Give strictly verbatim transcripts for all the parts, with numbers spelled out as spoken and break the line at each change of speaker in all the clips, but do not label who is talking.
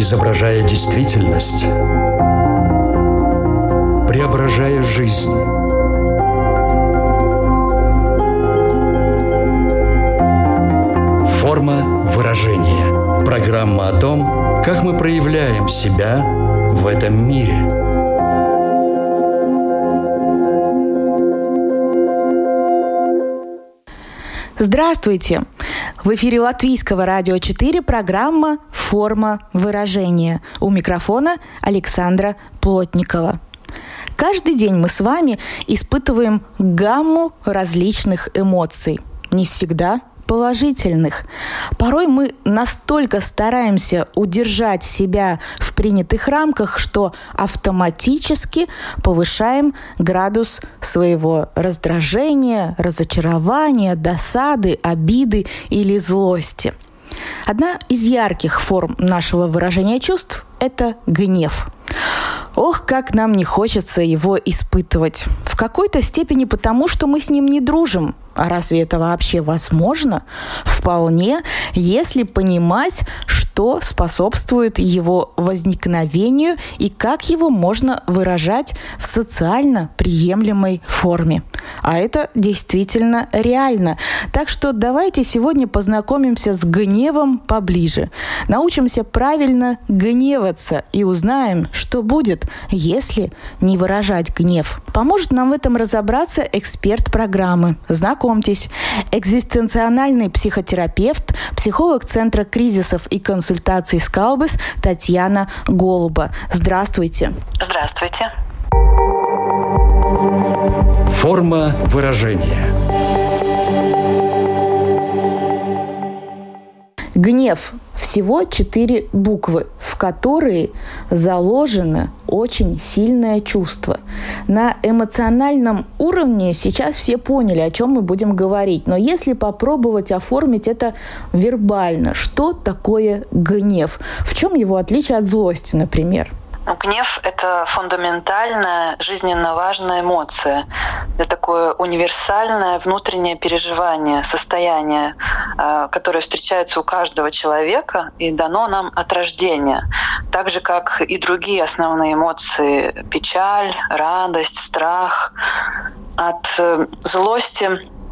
изображая действительность, преображая жизнь. Форма выражения. Программа о том, как мы проявляем себя в этом мире.
Здравствуйте! В эфире Латвийского радио четыре программа «Форма выражения». У микрофона Александра Плотникова. Каждый день мы с вами испытываем гамму различных эмоций. Не всегда положительных. Порой мы настолько стараемся удержать себя в принятых рамках, что автоматически повышаем градус своего раздражения, разочарования, досады, обиды или злости. Одна из ярких форм нашего выражения чувств – это гнев. Ох, как нам не хочется его испытывать. В какой-то степени потому, что мы с ним не дружим. А разве это вообще возможно? Вполне, если понимать, что способствует его возникновению и как его можно выражать в социально приемлемой форме. А это действительно реально. Так что давайте сегодня познакомимся с гневом поближе. Научимся правильно гневаться и узнаем, что будет, если не выражать гнев. Поможет нам в этом разобраться эксперт программы. Знакомьтесь, экзистенциональный психотерапевт, психолог Центра кризисов и консультаций Скалбес Татьяна Голуба. Здравствуйте.
Здравствуйте.
Форма выражения.
Гнев – всего четыре буквы, в которые заложено очень сильное чувство. На эмоциональном уровне сейчас все поняли, о чем мы будем говорить. Но если попробовать оформить это вербально, что такое гнев? В чем его отличие от злости, например?
Гнев — это фундаментальная, жизненно важная эмоция. Это такое универсальное внутреннее переживание, состояние, которое встречается у каждого человека и дано нам от рождения. Так же, как и другие основные эмоции — печаль, радость, страх. От злости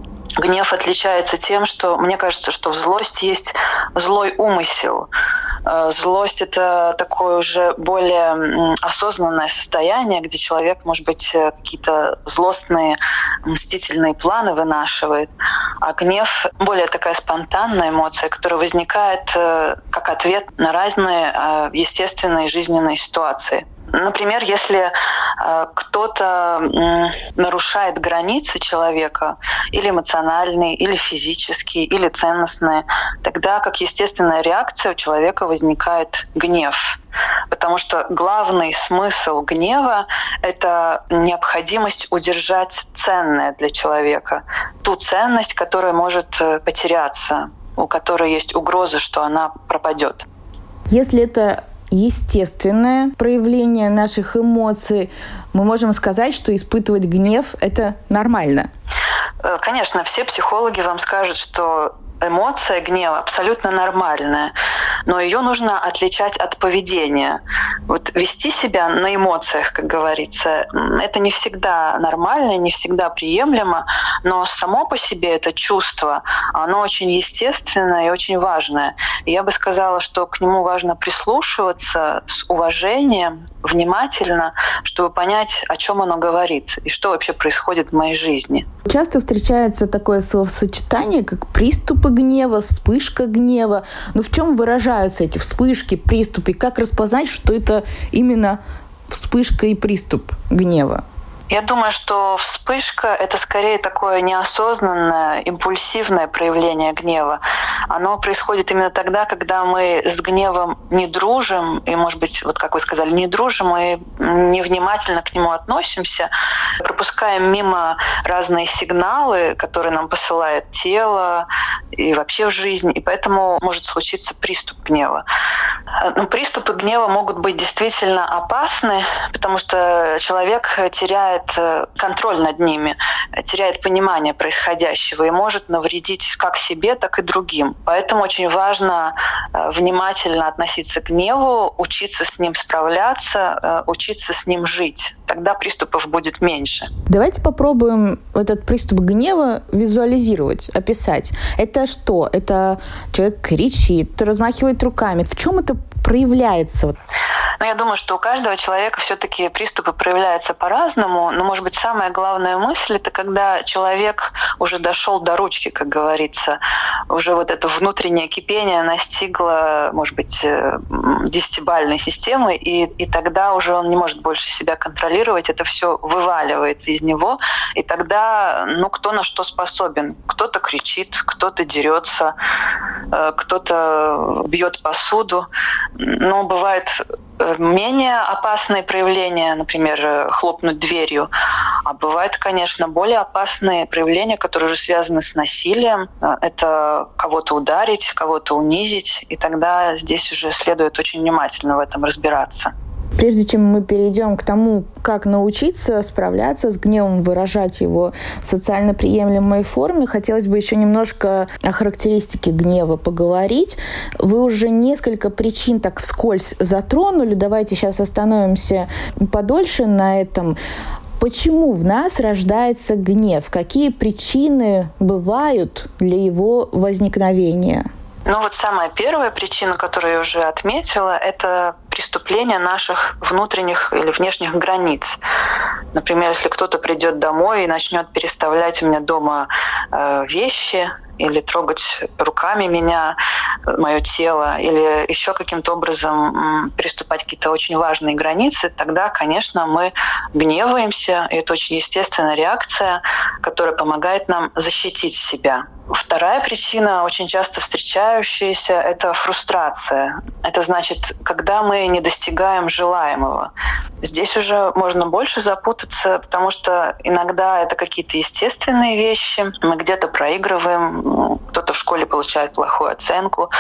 гнев отличается тем, что мне кажется, что в злости есть злой умысел. Злость — это такое уже более осознанное состояние, где человек, может быть, какие-то злостные, мстительные планы вынашивает. А гнев — более такая спонтанная эмоция, которая возникает как ответ на разные естественные жизненные ситуации. Например, если э, кто-то э, нарушает границы человека, или эмоциональные, или физические, или ценностные, тогда как естественная реакция у человека возникает гнев. Потому что главный смысл гнева — это необходимость удержать ценное для человека, ту ценность, которая может потеряться, у которой есть угроза, что она пропадет.
Если это естественное проявление наших эмоций, мы можем сказать, что испытывать гнев — это нормально.
Конечно, все психологи вам скажут, что эмоция гнева абсолютно нормальная, но ее нужно отличать от поведения. Вот вести себя на эмоциях, как говорится, это не всегда нормально, не всегда приемлемо, но само по себе это чувство, оно очень естественное и очень важное. И я бы сказала, что к нему важно прислушиваться с уважением, внимательно, чтобы понять, о чем оно говорит и что вообще происходит в моей жизни.
Часто встречается такое словосочетание, как приступы гнева, вспышка гнева. Но в чем выражаются эти вспышки, приступы? Как распознать, что это именно вспышка и приступ гнева?
Я думаю, что вспышка — это скорее такое неосознанное, импульсивное проявление гнева. Оно происходит именно тогда, когда мы с гневом не дружим, и, может быть, вот как вы сказали, не дружим, и невнимательно к нему относимся, пропускаем мимо разные сигналы, которые нам посылает тело и вообще в жизнь, и поэтому может случиться приступ гнева. Но приступы гнева могут быть действительно опасны, потому что человек теряет теряет контроль над ними, теряет понимание происходящего и может навредить как себе, так и другим. Поэтому очень важно внимательно относиться к гневу, учиться с ним справляться, учиться с ним жить. Тогда приступов будет меньше.
Давайте попробуем этот приступ гнева визуализировать, описать. Это что? Это человек кричит, размахивает руками. В чем это проявляется?
Но я думаю, что у каждого человека все-таки приступы проявляются по-разному. Но, может быть, самая главная мысль — это когда человек уже дошел до ручки, как говорится. Уже вот это внутреннее кипение настигло, может быть, десятибалльной системы, и, и тогда уже он не может больше себя контролировать. Это все вываливается из него. И тогда, ну, кто на что способен. Кто-то кричит, кто-то дерется, кто-то бьет посуду. Но бывает менее опасные проявления, например, хлопнуть дверью. А бывают, конечно, более опасные проявления, которые уже связаны с насилием. Это кого-то ударить, кого-то унизить. И тогда здесь уже следует очень внимательно в этом разбираться.
Прежде чем мы перейдем к тому, как научиться справляться с гневом, выражать его в социально приемлемой форме, хотелось бы еще немножко о характеристике гнева поговорить. Вы уже несколько причин так вскользь затронули. Давайте сейчас остановимся подольше на этом. Почему в нас рождается гнев? Какие причины бывают для его возникновения?
Ну вот самая первая причина, которую я уже отметила, это преступление наших внутренних или внешних границ. Например, если кто-то придет домой и начнет переставлять у меня дома э, вещи, или трогать руками меня, мое тело, или еще каким-то образом переступать какие-то очень важные границы, тогда, конечно, мы гневаемся, и это очень естественная реакция, которая помогает нам защитить себя. Вторая причина, очень часто встречающаяся, это фрустрация. Это значит, когда мы не достигаем желаемого. Здесь уже можно больше запутаться, потому что иногда это какие-то естественные вещи. Мы где-то проигрываем, кто-то в школе получает плохую оценку,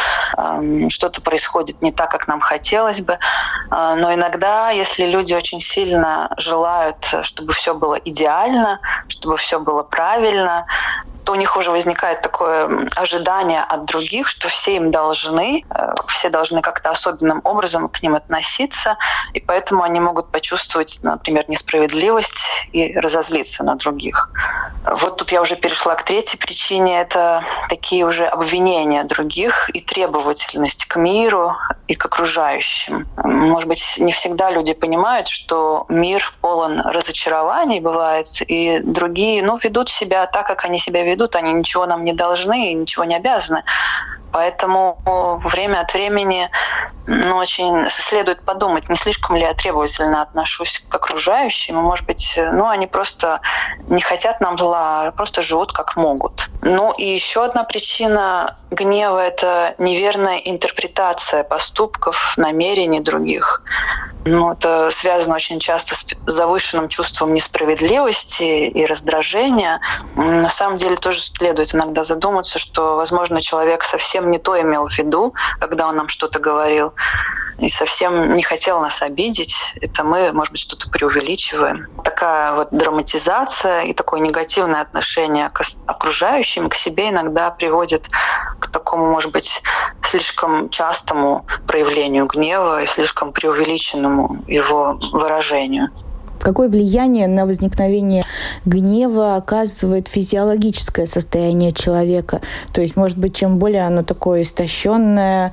что-то происходит не так, как нам хотелось бы. Но иногда, если люди очень сильно желают, чтобы все было идеально, чтобы все было правильно, то у них уже возникает такое ожидание от других, что все им должны, все должны как-то особенным образом к ним относиться, и поэтому они могут почувствовать, например, несправедливость и разозлиться на других. Вот тут я уже перешла к третьей причине. Это такие уже обвинения других и требовательность к миру и к окружающим. Может быть, не всегда люди понимают, что мир полон разочарований бывает, и другие, ну, ведут себя так, как они себя ведут, они ничего нам не должны и ничего не обязаны. Поэтому время от времени ну, очень следует подумать, не слишком ли я требовательно отношусь к окружающим. Может быть, ну, они просто не хотят нам зла, а просто живут как могут. Ну и еще одна причина гнева — это неверная интерпретация поступков, намерений других. Ну, это связано очень часто с завышенным чувством несправедливости и раздражения. На самом деле тоже следует иногда задуматься, что, возможно, человек совсем не то имел в виду, когда он нам что-то говорил, и совсем не хотел нас обидеть. Это мы, может быть, что-то преувеличиваем. Такая вот драматизация и такое негативное отношение к окружающим, к себе иногда приводит к такому, может быть, слишком частому проявлению гнева и слишком преувеличенному его выражению.
Какое влияние на возникновение гнева оказывает физиологическое состояние человека? То есть, может быть, чем более оно такое истощенное,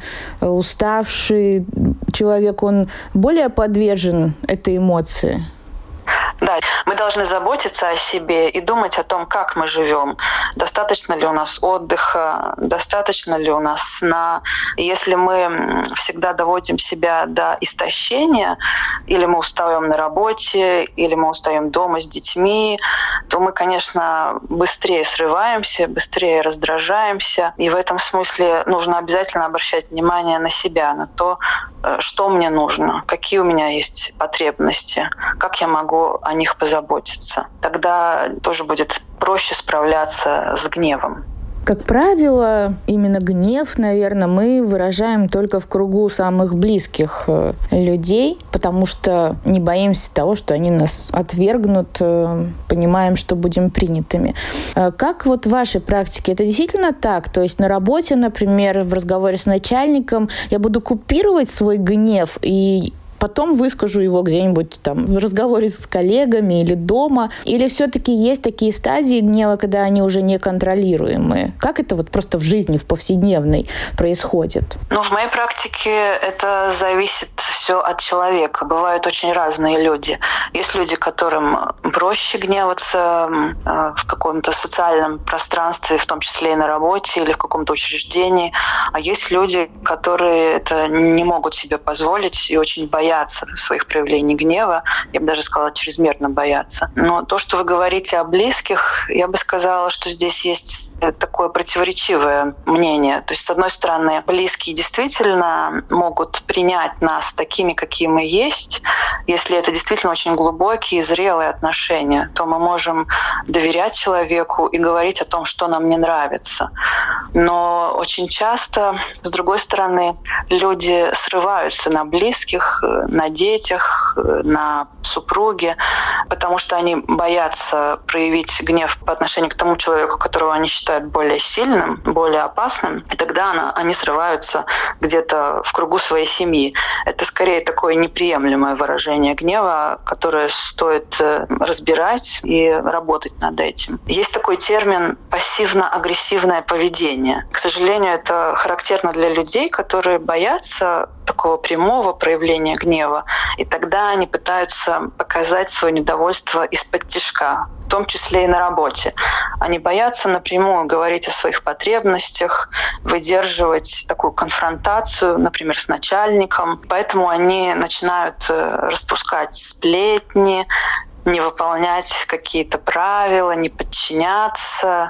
уставший человек, он более подвержен этой эмоции?
Да, мы должны заботиться о себе и думать о том, как мы живем. Достаточно ли у нас отдыха, достаточно ли у нас сна. И если мы всегда доводим себя до истощения, или мы устаем на работе, или мы устаем дома с детьми, то мы, конечно, быстрее срываемся, быстрее раздражаемся. И в этом смысле нужно обязательно обращать внимание на себя, на то, что мне нужно, какие у меня есть потребности, как я могу о них позаботиться. Тогда тоже будет проще справляться с гневом.
Как правило, именно гнев, наверное, мы выражаем только в кругу самых близких людей, потому что не боимся того, что они нас отвергнут, понимаем, что будем принятыми. Как вот в вашей практике это действительно так? То есть на работе, например, в разговоре с начальником я буду купировать свой гнев и потом выскажу его где-нибудь там в разговоре с коллегами или дома? Или все-таки есть такие стадии гнева, когда они уже неконтролируемые? Как это вот просто в жизни, в повседневной происходит?
Ну, в моей практике это зависит все от человека. Бывают очень разные люди. Есть люди, которым проще гневаться в каком-то социальном пространстве, в том числе и на работе или в каком-то учреждении. А есть люди, которые это не могут себе позволить и очень боятся боятся своих проявлений гнева, я бы даже сказала, чрезмерно боятся. Но то, что вы говорите о близких, я бы сказала, что здесь есть такое противоречивое мнение. То есть, с одной стороны, близкие действительно могут принять нас такими, какие мы есть. Если это действительно очень глубокие и зрелые отношения, то мы можем доверять человеку и говорить о том, что нам не нравится. Но очень часто, с другой стороны, люди срываются на близких, на детях, на супруге, потому что они боятся проявить гнев по отношению к тому человеку, которого они считают более сильным, более опасным, и тогда она, они срываются где-то в кругу своей семьи. Это скорее такое неприемлемое выражение гнева, которое стоит разбирать и работать над этим. Есть такой термин «пассивно-агрессивное поведение». К сожалению, это характерно для людей, которые боятся такого прямого проявления гнева, и тогда они пытаются показать свое недовольство из-под тишка, в том числе и на работе. Они боятся напрямую говорить о своих потребностях, выдерживать такую конфронтацию, например, с начальником. Поэтому они начинают распускать сплетни, не выполнять какие-то правила, не подчиняться.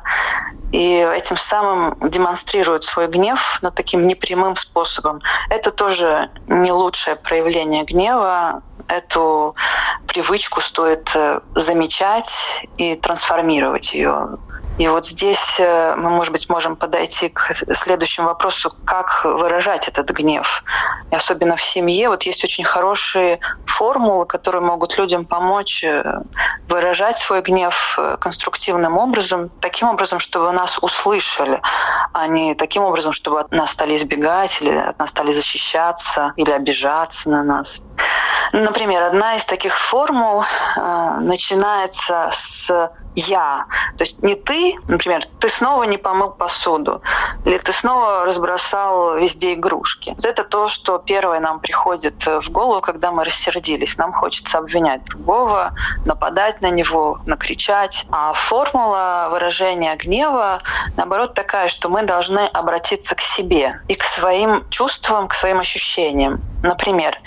И этим самым демонстрируют свой гнев, но таким непрямым способом. Это тоже не лучшее проявление гнева. Эту привычку стоит замечать и трансформировать ее. И вот здесь мы, может быть, можем подойти к следующему вопросу, как выражать этот гнев. И особенно в семье вот есть очень хорошие формулы, которые могут людям помочь выражать свой гнев конструктивным образом, таким образом, чтобы нас услышали, а не таким образом, чтобы от нас стали избегать или от нас стали защищаться или обижаться на нас. Например, одна из таких формул э, начинается с «я». То есть не ты, например, ты снова не помыл посуду, или ты снова разбросал везде игрушки. Это то, что первое нам приходит в голову, когда мы рассердились. Нам хочется обвинять другого, нападать на него, накричать. А формула выражения гнева, наоборот, такая, что мы должны обратиться к себе и к своим чувствам, к своим ощущениям. Например,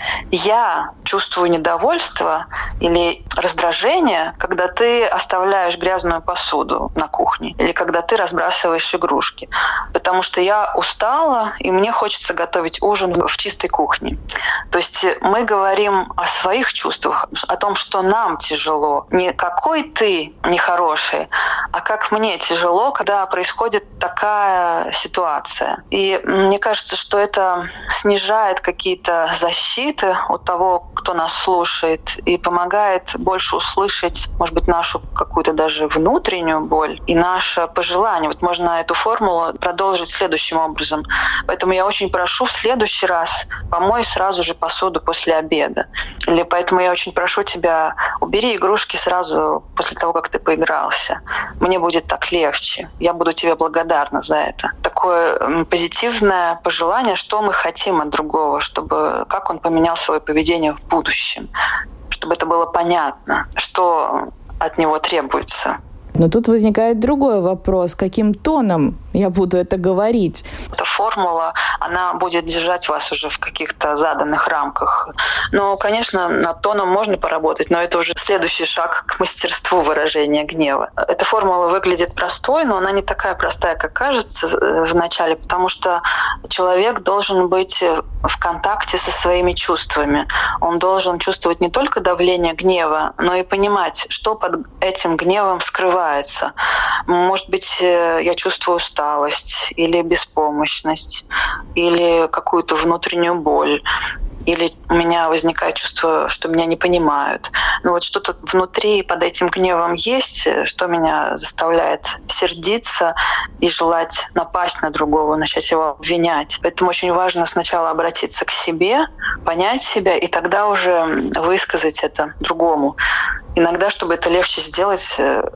я чувствую недовольство или раздражение, когда ты оставляешь грязную посуду на кухне или когда ты разбрасываешь игрушки, потому что я устала и мне хочется готовить ужин в чистой кухне. То есть мы говорим о своих чувствах, о том, что нам тяжело. Не какой ты нехороший, а как мне тяжело, когда происходит такая ситуация. И мне кажется, что это снижает какие-то защиты от того, кто нас слушает, и помогает больше услышать, может быть, нашу какую-то даже внутреннюю боль и наше пожелание. Вот можно эту формулу продолжить следующим образом. Поэтому я очень прошу в следующий раз помой сразу же посуду после обеда. Или поэтому я очень прошу тебя, убери игрушки сразу после того, как ты поигрался. Мне будет так легче. Я буду тебе благодарна за это. Такое позитивное пожелание, что мы хотим от другого, чтобы как он поменял свое поведение в будущем, чтобы это было понятно, что от него требуется.
Но тут возникает другой вопрос. Каким тоном я буду это говорить?
Эта формула, она будет держать вас уже в каких-то заданных рамках. Ну, конечно, над тоном можно поработать, но это уже следующий шаг к мастерству выражения гнева. Эта формула выглядит простой, но она не такая простая, как кажется вначале, потому что человек должен быть в контакте со своими чувствами. Он должен чувствовать не только давление гнева, но и понимать, что под этим гневом скрывается. Может быть, я чувствую усталость или беспомощность, или какую-то внутреннюю боль, или у меня возникает чувство, что меня не понимают. Но вот что-то внутри под этим гневом есть, что меня заставляет сердиться и желать напасть на другого, начать его обвинять. Поэтому очень важно сначала обратиться к себе, понять себя, и тогда уже высказать это другому. Иногда, чтобы это легче сделать,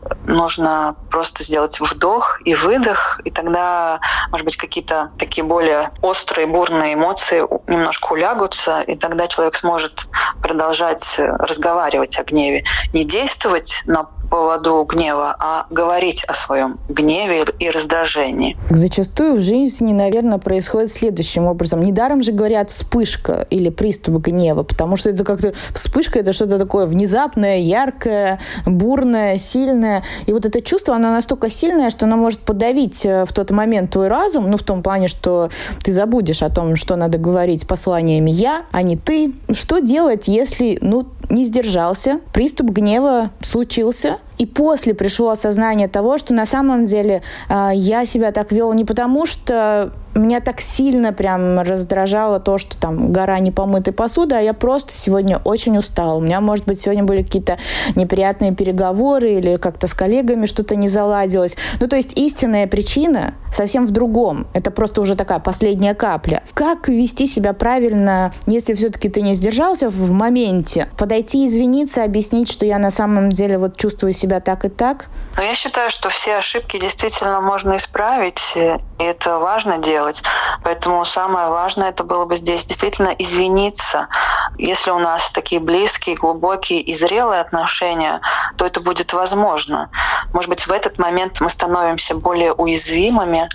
нужно просто сделать вдох и выдох, и тогда, может быть, какие-то такие более острые, бурные эмоции немножко улягутся, и тогда человек сможет продолжать разговаривать о гневе. Не действовать на поводу гнева, а говорить о своем гневе и раздражении.
Зачастую в жизни, наверное, происходит следующим образом. Недаром же говорят вспышка или приступ гнева, потому что это как-то вспышка, это что-то такое внезапное, яркое, бурное, сильное. И вот это чувство, оно настолько сильное, что оно может подавить в тот момент твой разум, ну, в том плане, что ты забудешь о том, что надо говорить посланиями «я», а не «ты». Что делать, если, ну, не сдержался, приступ гнева случился, и после пришло осознание того, что на самом деле э, я себя так вел не потому, что меня так сильно прям раздражало то, что там гора непомытой посуды, а я просто сегодня очень устала. У меня, может быть, сегодня были какие-то неприятные переговоры или как-то с коллегами что-то не заладилось. Ну, то есть истинная причина совсем в другом. Это просто уже такая последняя капля. Как вести себя правильно, если все-таки ты не сдержался в моменте? Подойти, извиниться, объяснить, что я на самом деле вот чувствую себя так и так?
Но я считаю, что все ошибки действительно можно исправить, и это важно делать. Поэтому самое важное это было бы здесь действительно извиниться. Если у нас такие близкие, глубокие и зрелые отношения, то это будет возможно. Может быть, в этот момент мы становимся более уязвимыми,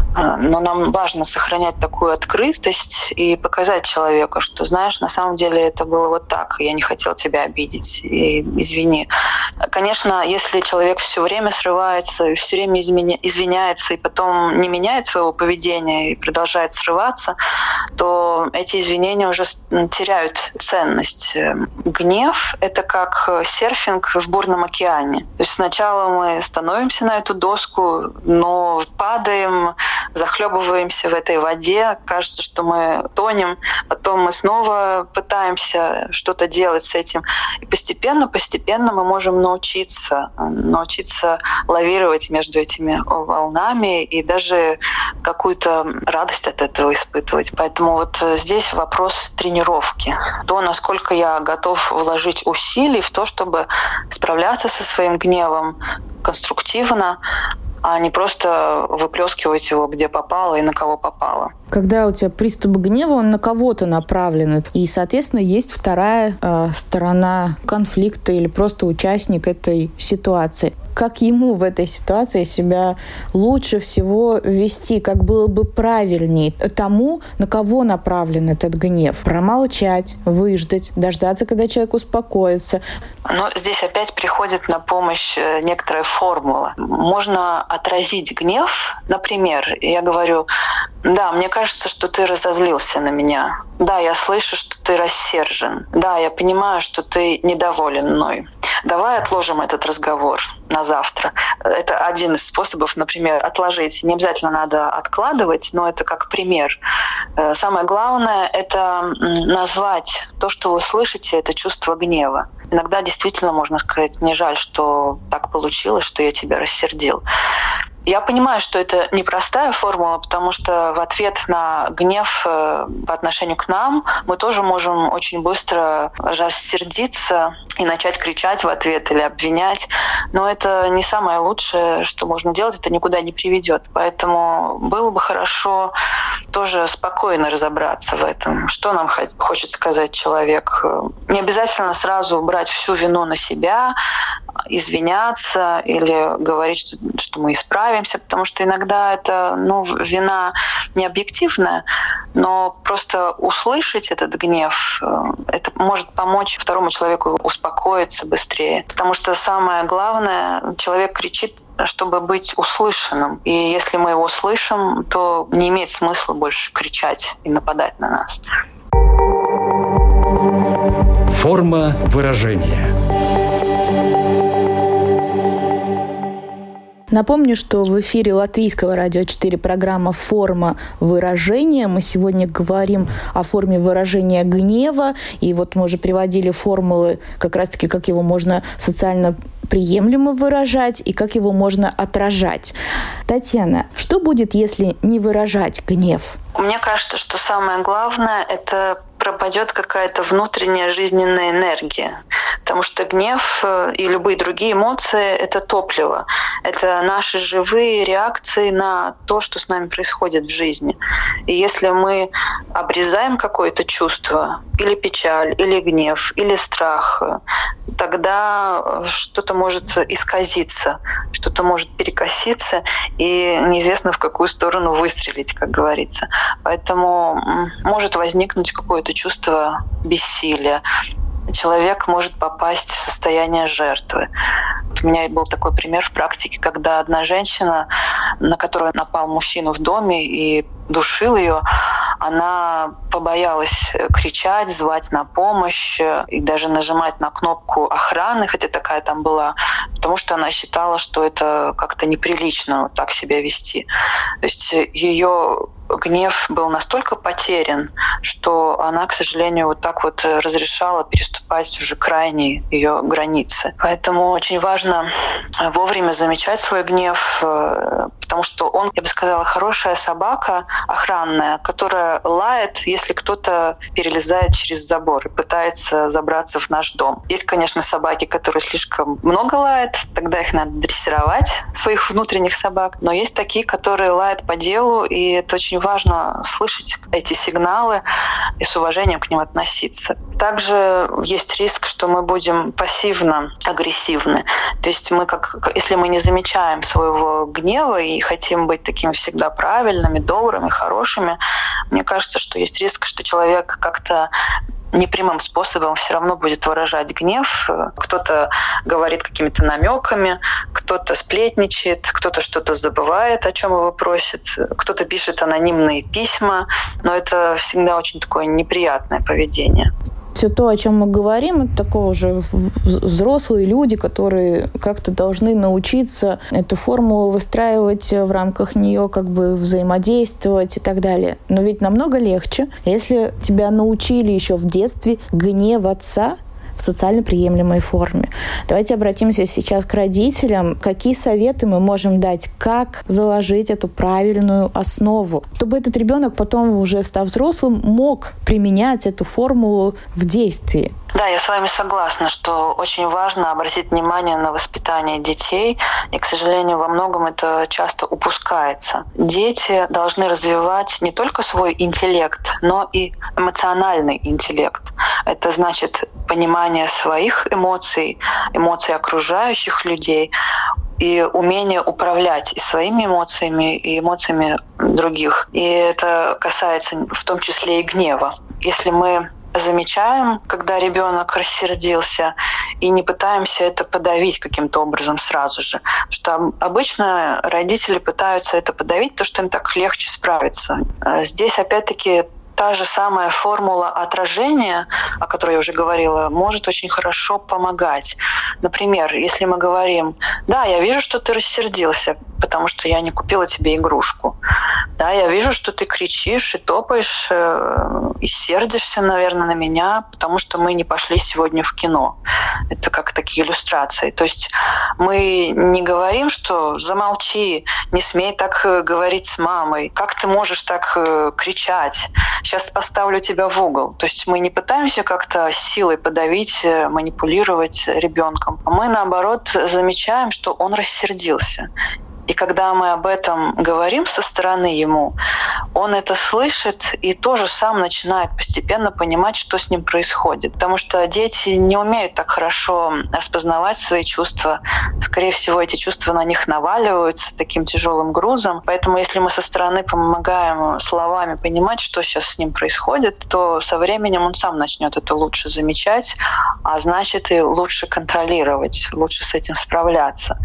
но нам важно сохранять такую открытость и показать человеку, что, знаешь, на самом деле это было вот так, я не хотел тебя обидеть, и извини. Конечно, если человек все время срывается, все время изменя... извиняется и потом не меняет своего поведения и продолжает срываться, то эти извинения уже теряют ценность. Гнев — это как серфинг в бурном океане. То есть сначала мы становимся на эту доску, но падаем, захлебываемся в этой воде, кажется, что мы тонем, потом мы снова пытаемся что-то делать с этим. И постепенно, постепенно мы можем научиться, научиться лавировать между этими волнами и даже какую-то радость от этого испытывать. Поэтому вот здесь вопрос тренировки. То, насколько я готов вложить усилий в то, чтобы справляться со своим гневом конструктивно, а не просто выплескивать его где попало и на кого попало.
Когда у тебя приступ гнева, он на кого-то направлен. И, соответственно, есть вторая э, сторона конфликта или просто участник этой ситуации. Как ему в этой ситуации себя лучше всего вести, как было бы правильнее тому, на кого направлен этот гнев. Промолчать, выждать, дождаться, когда человек успокоится.
Но здесь опять приходит на помощь некоторая формула. Можно отразить гнев. Например, я говорю: да, мне кажется, что ты разозлился на меня. Да, я слышу, что ты рассержен. Да, я понимаю, что ты недоволен мной. Давай отложим этот разговор на завтра. Это один из способов, например, отложить. Не обязательно надо откладывать, но это как пример. Самое главное — это назвать то, что вы слышите, это чувство гнева. Иногда действительно можно сказать: мне жаль, что так получилось, что я тебя рассердил. Я понимаю, что это непростая формула, потому что в ответ на гнев по отношению к нам мы тоже можем очень быстро рассердиться и начать кричать в ответ или обвинять. Но это не самое лучшее, что можно делать, это никуда не приведет. Поэтому было бы хорошо тоже спокойно разобраться в этом, что нам хочет сказать человек. Не обязательно сразу брать всю вину на себя, извиняться или говорить, что, что мы исправимся, потому что иногда это, ну, вина не объективная, но просто услышать этот гнев, это может помочь второму человеку успокоиться быстрее. Потому что самое главное, человек кричит чтобы быть услышанным. И если мы его слышим, то не имеет смысла больше кричать и нападать на нас.
Форма выражения.
Напомню, что в эфире Латвийского радио четыре программа «Форма выражения». Мы сегодня говорим о форме выражения гнева. И вот мы уже приводили формулы, как раз-таки, как его можно социально приемлемо выражать и как его можно отражать. Татьяна, что будет, если не выражать гнев?
Мне кажется, что самое главное — это пропадет какая-то внутренняя жизненная энергия. Потому что гнев и любые другие эмоции — это топливо. Это наши живые реакции на то, что с нами происходит в жизни. И если мы обрезаем какое-то чувство, или печаль, или гнев, или страх, тогда что-то может исказиться, что-то может перекоситься, и неизвестно, в какую сторону выстрелить, как говорится. Поэтому может возникнуть какое-то чувство бессилия. Человек может попасть в состояние жертвы. У меня был такой пример в практике, когда одна женщина, на которую напал мужчина в доме и душил ее, она побоялась кричать, звать на помощь и даже нажимать на кнопку охраны, хотя такая там была, потому что она считала, что это как-то неприлично вот так себя вести. То есть ее гнев был настолько потерян, что она, к сожалению, вот так вот разрешала переступать уже крайние ее границы. Поэтому очень важно вовремя замечать свой гнев, потому что он, я бы сказала, хорошая собака охранная, которая лает, если кто-то перелезает через забор и пытается забраться в наш дом. Есть, конечно, собаки, которые слишком много лают, тогда их надо дрессировать, своих внутренних собак. Но есть такие, которые лают по делу, и это очень важно слышать эти сигналы и с уважением к ним относиться. Также есть риск, что мы будем пассивно-агрессивны. То есть мы, как, если мы не замечаем своего гнева и хотим быть такими всегда правильными, добрыми, хорошими, мне кажется, что есть риск, что человек как-то непрямым способом все равно будет выражать гнев. Кто-то говорит какими-то намеками, кто-то сплетничает, кто-то что-то забывает, о чем его просит, кто-то пишет анонимные письма, но это всегда очень такое неприятное поведение.
Все то, о чем мы говорим, это такое уже взрослые люди, которые как-то должны научиться эту формулу выстраивать, в рамках нее как бы взаимодействовать и так далее. Но ведь намного легче, если тебя научили еще в детстве гневаться в социально приемлемой форме. Давайте обратимся сейчас к родителям. Какие советы мы можем дать, как заложить эту правильную основу, чтобы этот ребенок потом, уже став взрослым, мог применять эту формулу в действии?
Да, я с вами согласна, что очень важно обратить внимание на воспитание детей, и, к сожалению, во многом это часто упускается. Дети должны развивать не только свой интеллект, но и эмоциональный интеллект. Это значит понимание своих эмоций, эмоций окружающих людей, и умение управлять и своими эмоциями, и эмоциями других. И это касается в том числе и гнева. Если мы замечаем, когда ребенок рассердился, и не пытаемся это подавить каким-то образом сразу же. Потому что обычно родители пытаются это подавить, потому что им так легче справиться. Здесь опять-таки та же самая формула отражения, о которой я уже говорила, может очень хорошо помогать. Например, если мы говорим: «Да, я вижу, что ты рассердился, потому что я не купила тебе игрушку. Да, я вижу, что ты кричишь и топаешь, и сердишься, наверное, на меня, потому что мы не пошли сегодня в кино». Это как такие иллюстрации. То есть мы не говорим, что «замолчи, не смей так говорить с мамой, как ты можешь так кричать, сейчас поставлю тебя в угол». То есть мы не пытаемся как-то силой подавить, манипулировать ребенком, а мы, наоборот, замечаем, что он рассердился. И когда мы об этом говорим со стороны ему, он это слышит и тоже сам начинает постепенно понимать, что с ним происходит. Потому что дети не умеют так хорошо распознавать свои чувства. Скорее всего, эти чувства на них наваливаются таким тяжелым грузом. Поэтому если мы со стороны помогаем словами понимать, что сейчас с ним происходит, то со временем он сам начнет это лучше замечать, а значит и лучше контролировать, лучше с этим справляться.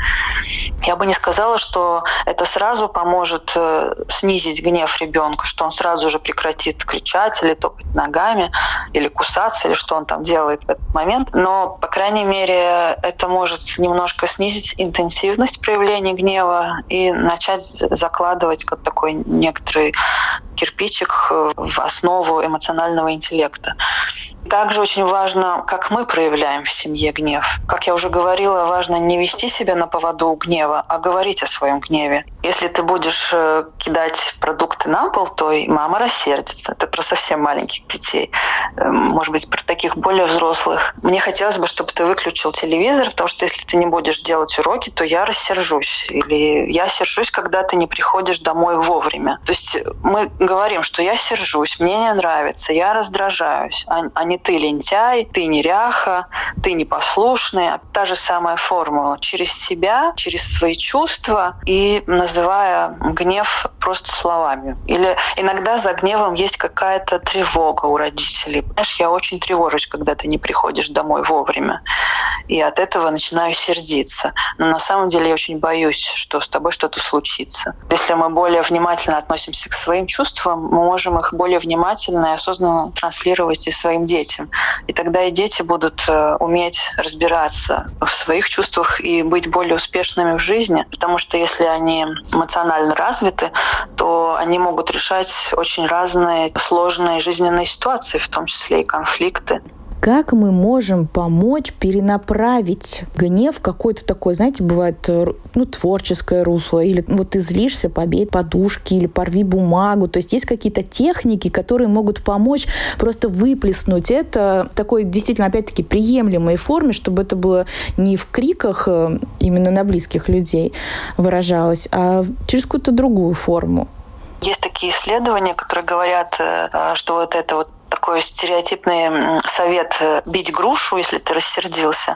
Я бы не сказала, что это сразу поможет снизить гнев ребенка, что он сразу же прекратит кричать или топать ногами, или кусаться, или что он там делает в этот момент. Но, по крайней мере, это может немножко снизить интенсивность проявления гнева и начать закладывать как такой некоторый кирпичик в основу эмоционального интеллекта. Также очень важно, как мы проявляем в семье гнев. Как я уже говорила, важно не вести себя на поводу у гнева, а говорить о своем гневе. Если ты будешь кидать продукты на пол, то и мама рассердится. Это про совсем маленьких детей. Может быть, про таких более взрослых. Мне хотелось бы, чтобы ты выключил телевизор, потому что если ты не будешь делать уроки, то я рассержусь. Или я сержусь, когда ты не приходишь домой вовремя. То есть мы говорим, что я сержусь, мне не нравится, я раздражаюсь, а не ты лентяй, ты неряха, ты непослушный. Та же самая формула. Через себя, через свои чувства и называя гнев просто словами. Или иногда за гневом есть какая-то тревога у родителей. Знаешь, я очень тревожусь, когда ты не приходишь домой вовремя. И от этого начинаю сердиться. Но на самом деле я очень боюсь, что с тобой что-то случится. Если мы более внимательно относимся к своим чувствам, мы можем их более внимательно и осознанно транслировать и своим детям. И тогда и дети будут уметь разбираться в своих чувствах и быть более успешными в жизни. Потому что если они эмоционально развиты, то они могут решать очень разные сложные жизненные ситуации, в том числе и конфликты.
Как мы можем помочь перенаправить гнев в какое-то такое, знаете, бывает, ну, творческое русло, или вот ты злишься, побей подушки, или порви бумагу. То есть есть какие-то техники, которые могут помочь просто выплеснуть это в такой действительно, опять-таки, приемлемой форме, чтобы это было не в криках именно на близких людей выражалось, а через какую-то другую форму.
Есть такие исследования, которые говорят, что вот это вот такой стереотипный совет бить грушу, если ты рассердился,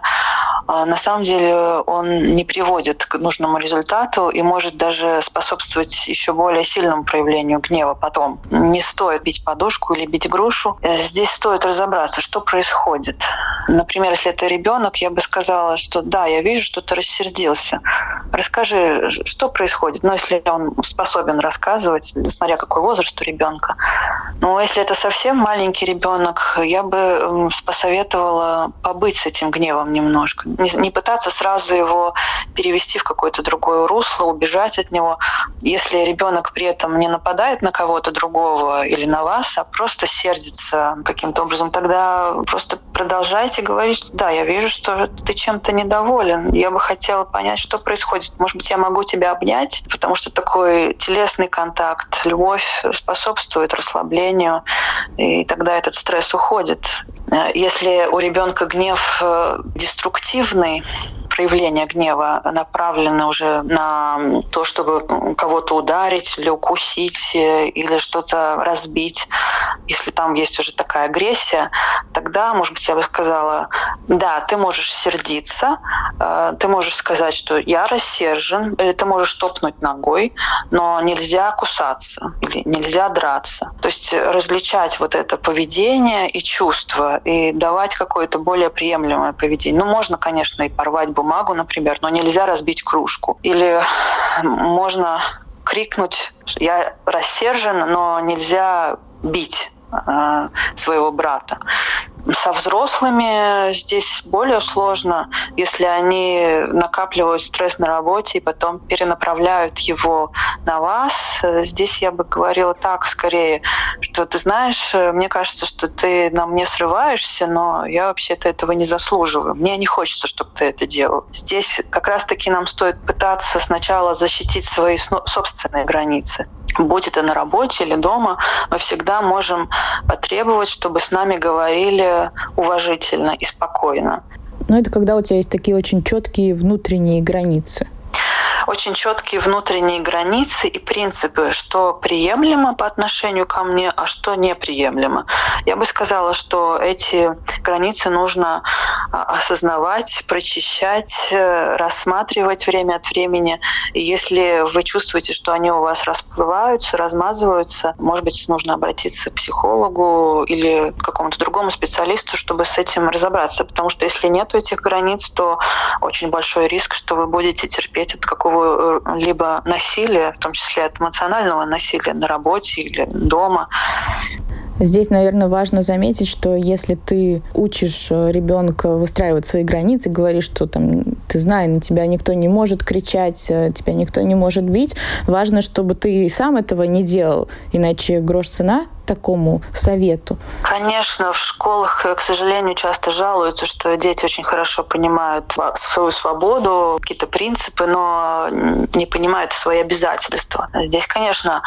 на самом деле он не приводит к нужному результату и может даже способствовать еще более сильному проявлению гнева потом. Не стоит бить подушку или бить грушу. Здесь стоит разобраться, что происходит. Например, если это ребенок, я бы сказала, что да, я вижу, что ты рассердился. Расскажи, что происходит. Ну, если он способен рассказывать, смотря какой возраст у ребенка. Но если это совсем маленький ребенок, я бы посоветовала побыть с этим гневом немножко. Не, не пытаться сразу его перевести в какое-то другое русло, убежать от него. Если ребенок при этом не нападает на кого-то другого или на вас, а просто сердится каким-то образом, тогда просто продолжайте говорить, что да, я вижу, что ты чем-то недоволен. Я бы хотела понять, что происходит. Может быть, я могу тебя обнять, потому что такой телесный контакт, любовь способствует расслаблению, и тогда этот стресс уходит. Если у ребенка гнев деструктивный, проявление гнева направлено уже на то, чтобы кого-то ударить или укусить, или что-то разбить, если там есть уже такая агрессия, тогда, может быть, я бы сказала, да, ты можешь сердиться, ты можешь сказать, что я рассержен, или ты можешь топнуть ногой, но нельзя кусаться или нельзя драться. То есть различать вот это поведение и чувства, и давать какое-то более приемлемое поведение. Ну, можно, конечно, и порвать бумагу, например, но нельзя разбить кружку. Или можно крикнуть «я рассержен», но нельзя бить э, своего брата. Со взрослыми здесь более сложно, если они накапливают стресс на работе и потом перенаправляют его на вас. Здесь я бы говорила так скорее, что ты знаешь, мне кажется, что ты на мне срываешься, но я вообще-то этого не заслуживаю. Мне не хочется, чтобы ты это делал. Здесь как раз-таки нам стоит пытаться сначала защитить свои собственные границы. Будь это на работе или дома, мы всегда можем потребовать, чтобы с нами говорили уважительно и спокойно.
Но это когда у тебя есть такие очень четкие внутренние границы.
очень четкие внутренние границы и принципы, что приемлемо по отношению ко мне, а что неприемлемо. Я бы сказала, что эти границы нужно осознавать, прочищать, рассматривать время от времени. И если вы чувствуете, что они у вас расплываются, размазываются, может быть, нужно обратиться к психологу или к какому-то другому специалисту, чтобы с этим разобраться. Потому что если нет этих границ, то очень большой риск, что вы будете терпеть от какого-либо насилия, в том числе от эмоционального насилия на работе или дома.
Здесь, наверное, важно заметить, что если ты учишь ребенка выстраивать свои границы, говоришь, что там, ты знаешь, на тебя никто не может кричать, тебя никто не может бить, важно, чтобы ты и сам этого не делал, иначе грош цена такому совету.
Конечно, в школах, к сожалению, часто жалуются, что дети очень хорошо понимают свою свободу, какие-то принципы, но не понимают свои обязательства. Здесь, конечно,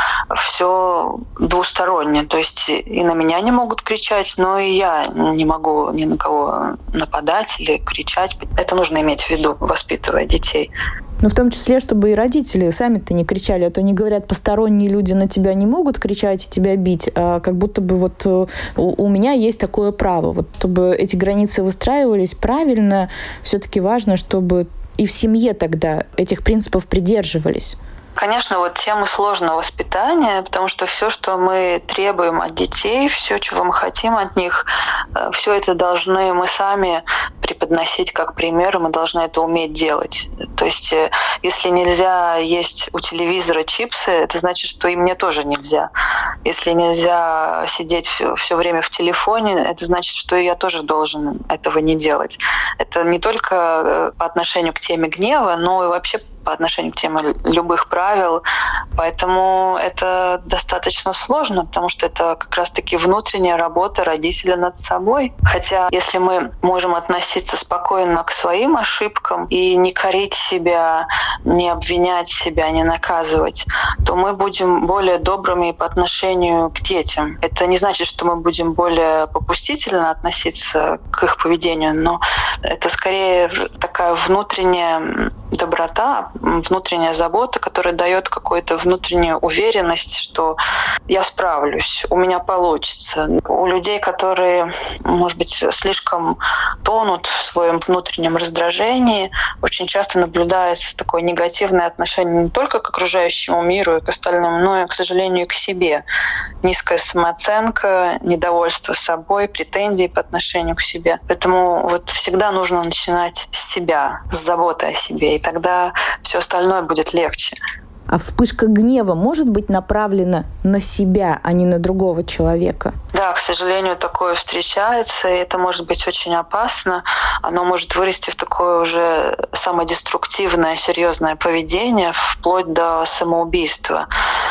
все двусторонне. То есть и на меня не могут кричать, но и я не могу ни на кого нападать или кричать. Это нужно иметь в виду, воспитывая детей.
Но в том числе, чтобы и родители сами-то не кричали, а то они говорят, посторонние люди на тебя не могут кричать и тебя бить, а как будто бы вот у, у меня есть такое право. Вот чтобы эти границы выстраивались правильно, все-таки важно, чтобы и в семье тогда этих принципов придерживались.
Конечно, вот тема сложного воспитания, потому что все, что мы требуем от детей, все, чего мы хотим от них, все это должны мы сами преподносить как пример, и мы должны это уметь делать. То есть, если нельзя есть у телевизора чипсы, это значит, что и мне тоже нельзя. Если нельзя сидеть все время в телефоне, это значит, что и я тоже должен этого не делать. Это не только по отношению к теме гнева, но и вообще по отношению к теме любых правил. Поэтому это достаточно сложно, потому что это как раз-таки внутренняя работа родителя над собой. Хотя если мы можем относиться спокойно к своим ошибкам и не корить себя, не обвинять себя, не наказывать, то мы будем более добрыми по отношению к детям. Это не значит, что мы будем более попустительно относиться к их поведению, но это скорее такая внутренняя доброта, внутренняя забота, которая дает какую-то внутреннюю уверенность, что я справлюсь, у меня получится. У людей, которые, может быть, слишком тонут в своем внутреннем раздражении, очень часто наблюдается такое негативное отношение не только к окружающему миру и к остальным, но и, к сожалению, к себе. Низкая самооценка, недовольство собой, претензии по отношению к себе. Поэтому вот всегда нужно начинать с себя, с заботы о себе, и тогда все остальное будет легче.
А вспышка гнева может быть направлена на себя, а не на другого человека?
Да, к сожалению, такое встречается, и это может быть очень опасно. Оно может вырасти в такое уже самодеструктивное, серьезное поведение, вплоть до самоубийства.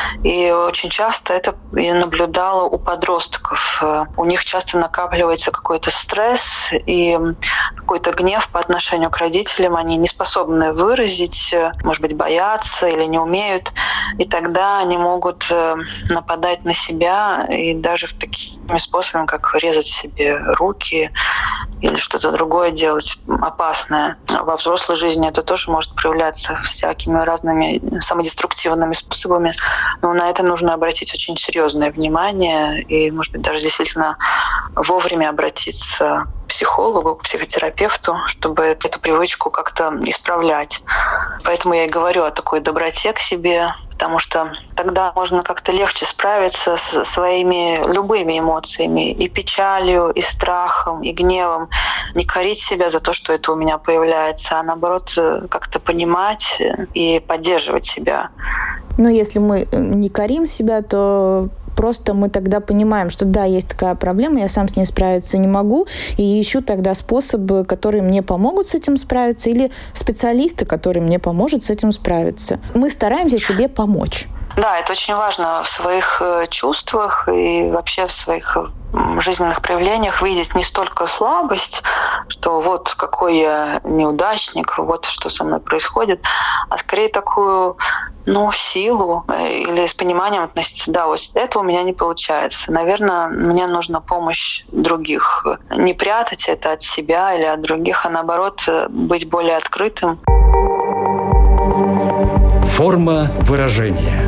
И очень часто это я наблюдала у подростков. У них часто накапливается какой-то стресс и какой-то гнев по отношению к родителям. Они не способны выразить, может быть, боятся или не умеют. И тогда они могут нападать на себя и даже в такими способами, как резать себе руки или что-то другое делать опасное. Во взрослой жизни это тоже может проявляться всякими разными самодеструктивными способами, но на это нужно обратить очень серьезное внимание и, может быть, даже действительно вовремя обратиться к психологу, к психотерапевту, чтобы эту привычку как-то исправлять. Поэтому я и говорю о такой доброте к себе, потому что тогда можно как-то легче справиться со своими любыми эмоциями, и печалью, и страхом, и гневом. Не корить себя за то, что это у меня появляется, а наоборот как-то понимать и поддерживать себя.
Но если мы не корим себя, то просто мы тогда понимаем, что да, есть такая проблема, я сам с ней справиться не могу, и ищу тогда способы, которые мне помогут с этим справиться, или специалисты, которые мне помогут с этим справиться. Мы стараемся себе помочь.
Да, это очень важно в своих чувствах и вообще в своих жизненных проявлениях видеть не столько слабость, что вот какой я неудачник, вот что со мной происходит, а скорее такую, ну, силу или с пониманием относиться, да, вот это у меня не получается. Наверное, мне нужна помощь других. Не прятать это от себя или от других, а наоборот быть более открытым.
Форма выражения.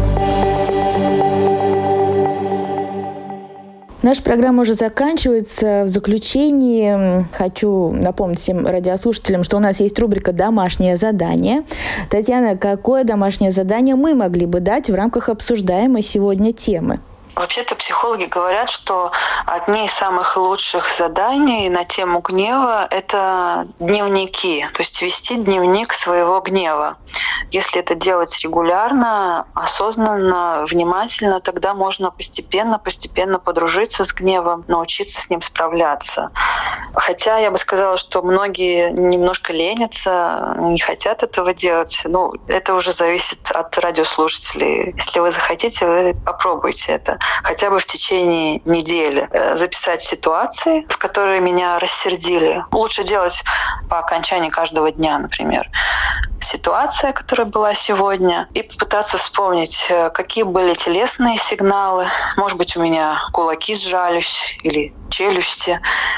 Наша программа уже заканчивается. В заключении хочу напомнить всем радиослушателям, что у нас есть рубрика «Домашнее задание». Татьяна, какое домашнее задание мы могли бы дать в рамках обсуждаемой сегодня темы?
Вообще-то психологи говорят, что одни из самых лучших заданий на тему гнева — это дневники, то есть вести дневник своего гнева. Если это делать регулярно, осознанно, внимательно, тогда можно постепенно-постепенно подружиться с гневом, научиться с ним справляться. Хотя я бы сказала, что многие немножко ленятся, не хотят этого делать. Ну, это уже зависит от радиослушателей. Если вы захотите, вы попробуйте это. Хотя бы в течение недели записать ситуации, в которые меня рассердили. Лучше делать по окончании каждого дня, например. Ситуация, которая была сегодня, и попытаться вспомнить, какие были телесные сигналы. Может быть, у меня кулаки сжались, или челюсти,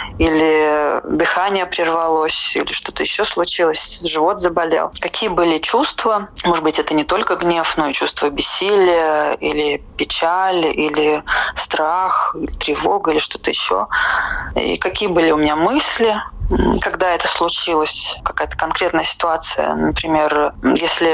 или дыхание прервалось, или что-то еще случилось, живот заболел. Какие были чувства? Может быть, это не только гнев, но и чувство бессилия, или печаль, или страх, или тревога, или что-то еще. И какие были у меня мысли, когда это случилось, какая-то конкретная ситуация. Например, если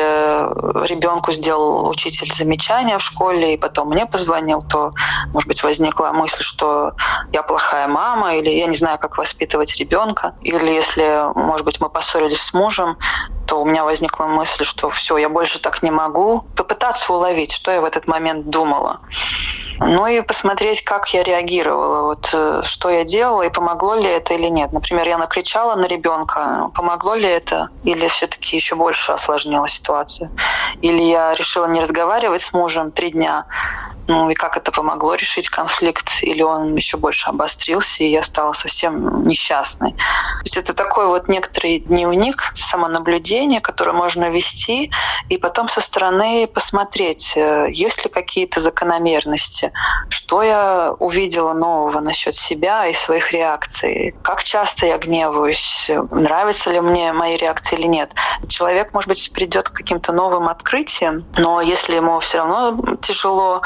ребенку сделал учитель замечание в школе и потом мне позвонил, то, может быть, возникла мысль, что я плохая мама, или я не знаю, как воспитывать ребенка. Или если, может быть, мы поссорились с мужем, то у меня возникла мысль, что все, я больше так не могу. Попытаться уловить, что я в этот момент думала. Ну и посмотреть, как я реагировала, вот что я делала и помогло ли это или нет. Например, я накричала на ребенка, помогло ли это, или все-таки еще больше осложнила ситуацию. Или я решила не разговаривать с мужем три дня, ну и как это помогло решить конфликт, или он еще больше обострился, и я стала совсем несчастной. То есть это такой вот некоторый дневник самонаблюдения, который можно вести, и потом со стороны посмотреть, есть ли какие-то закономерности, что я увидела нового насчет себя и своих реакций, как часто я гневаюсь, нравятся ли мне мои реакции или нет. Человек, может быть, придет к каким-то новым открытиям, но если ему все равно тяжело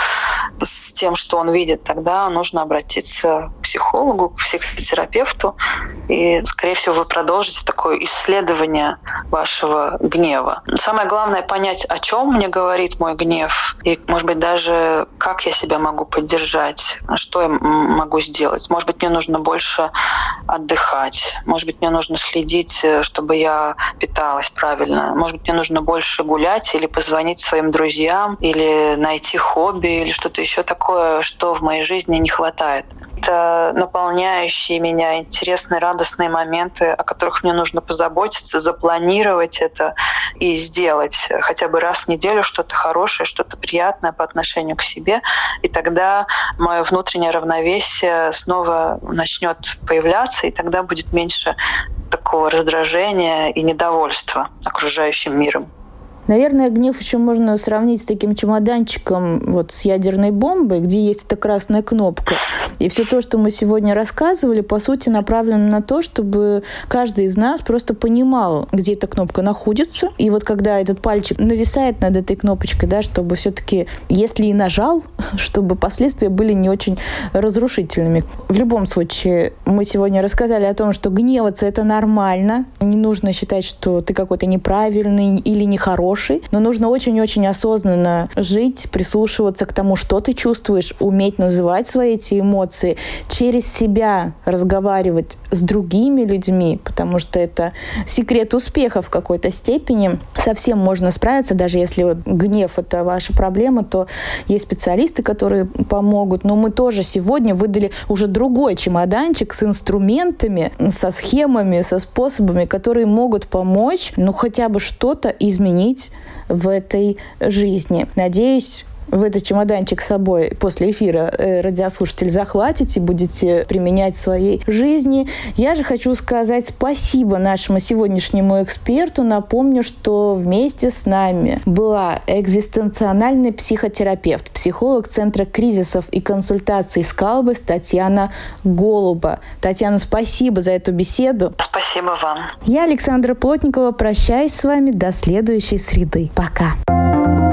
с тем, что он видит, тогда нужно обратиться к психологу, к психотерапевту, и, скорее всего, вы продолжите такое исследование вашего гнева. Самое главное — понять, о чем мне говорит мой гнев, и, может быть, даже как я себя могу поддержать, что я могу сделать. Может быть, мне нужно больше отдыхать, может быть, мне нужно следить, чтобы я питалась правильно, может быть, мне нужно больше гулять или позвонить своим друзьям, или найти хобби, или что-то еще такое, что в моей жизни не хватает. Это наполняющие меня интересные, радостные моменты, о которых мне нужно позаботиться, запланировать это и сделать хотя бы раз в неделю что-то хорошее, что-то приятное по отношению к себе. И тогда мое внутреннее равновесие снова начнет появляться, и тогда будет меньше такого раздражения и недовольства окружающим миром.
Наверное, гнев еще можно сравнить с таким чемоданчиком вот, с ядерной бомбой, где есть эта красная кнопка. И все то, что мы сегодня рассказывали, по сути, направлено на то, чтобы каждый из нас просто понимал, где эта кнопка находится. И вот когда этот пальчик нависает над этой кнопочкой, да, чтобы все-таки, если и нажал, чтобы последствия были не очень разрушительными. В любом случае, мы сегодня рассказали о том, что гневаться — это нормально. Не нужно считать, что ты какой-то неправильный или нехороший. Но нужно очень-очень осознанно жить, прислушиваться к тому, что ты чувствуешь, уметь называть свои эти эмоции, через себя разговаривать с другими людьми, потому что это секрет успеха в какой-то степени. Совсем можно справиться, даже если вот гнев — это ваша проблема, то есть специалисты, которые помогут. Но мы тоже сегодня выдали уже другой чемоданчик с инструментами, со схемами, со способами, которые могут помочь, ну, хотя бы что-то изменить в этой жизни. Надеюсь, вы этот чемоданчик с собой после эфира э, радиослушатель захватите, будете применять в своей жизни. Я же хочу сказать спасибо нашему сегодняшнему эксперту. Напомню, что вместе с нами была экзистенциональный психотерапевт, психолог Центра кризисов и консультаций «Скалбас» Татьяна Голуба. Татьяна, спасибо за эту беседу.
Спасибо вам.
Я, Александра Плотникова, прощаюсь с вами до следующей среды. Пока.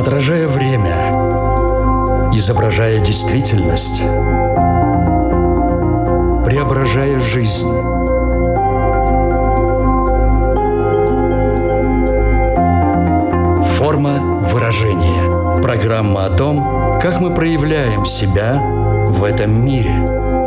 отражая время, изображая действительность, преображая жизнь. Форма выражения. Программа о том, как мы проявляем себя в этом мире.